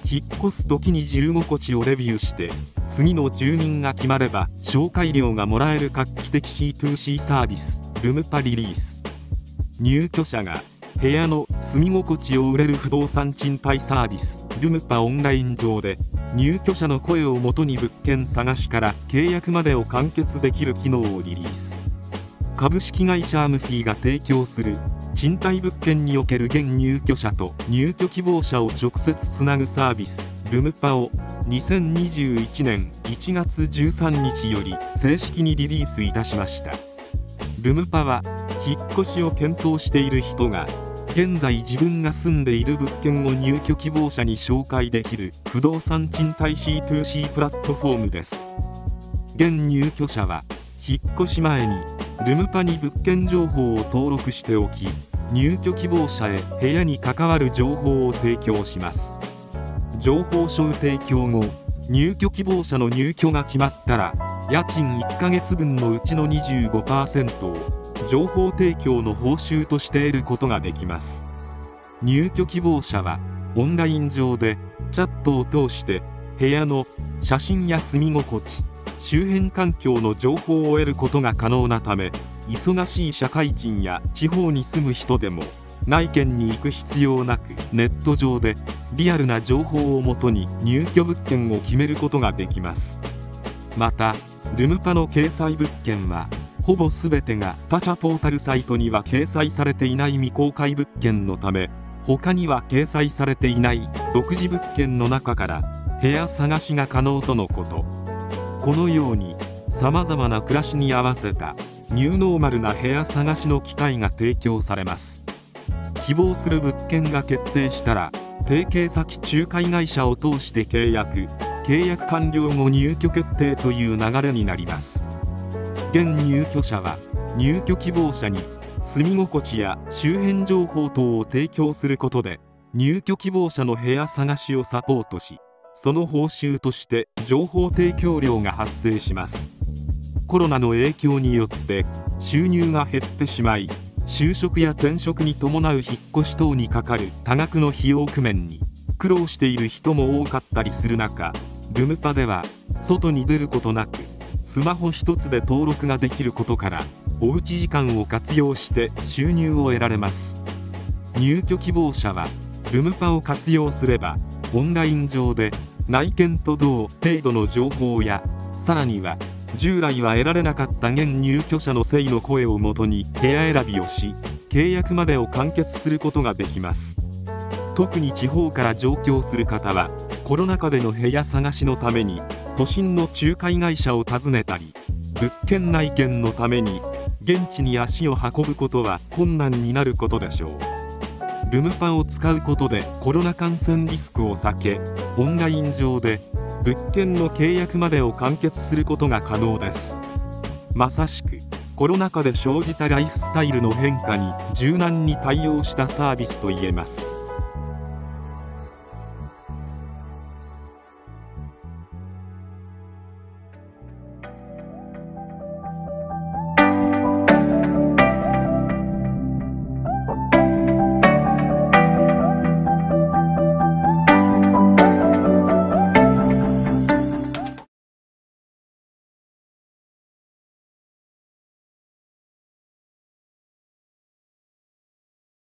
引っ越す時に住心地をレビューして、次の住人が決まれば紹介料がもらえる画期的 C2C サービスルムパリリース。入居者が部屋の住み心地を売れる不動産賃貸サービスルムパオンライン上で、入居者の声をもとに物件探しから契約までを完結できる機能をリリース。株式会社アムフィが提供する賃貸物件における現入居者と入居希望者を直接つなぐサービスルムパを2021年1月13日より正式にリリースいたしました。ルムパは引っ越しを検討している人が現在自分が住んでいる物件を入居希望者に紹介できる不動産賃貸 C2C プラットフォームです。現入居者は引っ越し前にルムパに物件情報を登録しておき、入居希望者へ部屋に関わる情報を提供します。情報書提供後、入居希望者の入居が決まったら、家賃1ヶ月分のうちの 25% を情報提供の報酬として得ることができます。入居希望者はオンライン上でチャットを通して部屋の写真や住み心地、周辺環境の情報を得ることが可能なため、忙しい社会人や地方に住む人でも内見に行く必要なく、ネット上でリアルな情報をもとに入居物件を決めることができます。またルムパの掲載物件はほぼ全てが他社ポータルサイトには掲載されていない未公開物件のため、他には掲載されていない独自物件の中から部屋探しが可能とのこと。このようにさまざまな暮らしに合わせたニューノーマルな部屋探しの機会が提供されます。希望する物件が決定したら、提携先仲介会社を通して契約完了後入居決定という流れになります。現入居者は入居希望者に住み心地や周辺情報等を提供することで、入居希望者の部屋探しをサポートし、その報酬として情報提供料が発生します。コロナの影響によって収入が減ってしまい、就職や転職に伴う引っ越し等にかかる多額の費用工面に苦労している人も多かったりする中、ルムパでは外に出ることなくスマホ一つで登録ができることから、おうち時間を活用して収入を得られます。入居希望者はルムパを活用すれば、オンライン上で内見と同程度の情報や、さらには従来は得られなかった現入居者の性の声をもとに部屋選びをし、契約までを完結することができます。特に地方から上京する方は、コロナ禍での部屋探しのために都心の仲介会社を訪ねたり、物件内見のために現地に足を運ぶことは困難になることでしょう。ルムパを使うことでコロナ感染リスクを避け、オンライン上で物件の契約までを完結することが可能です。まさしくコロナ禍で生じたライフスタイルの変化に柔軟に対応したサービスといえます。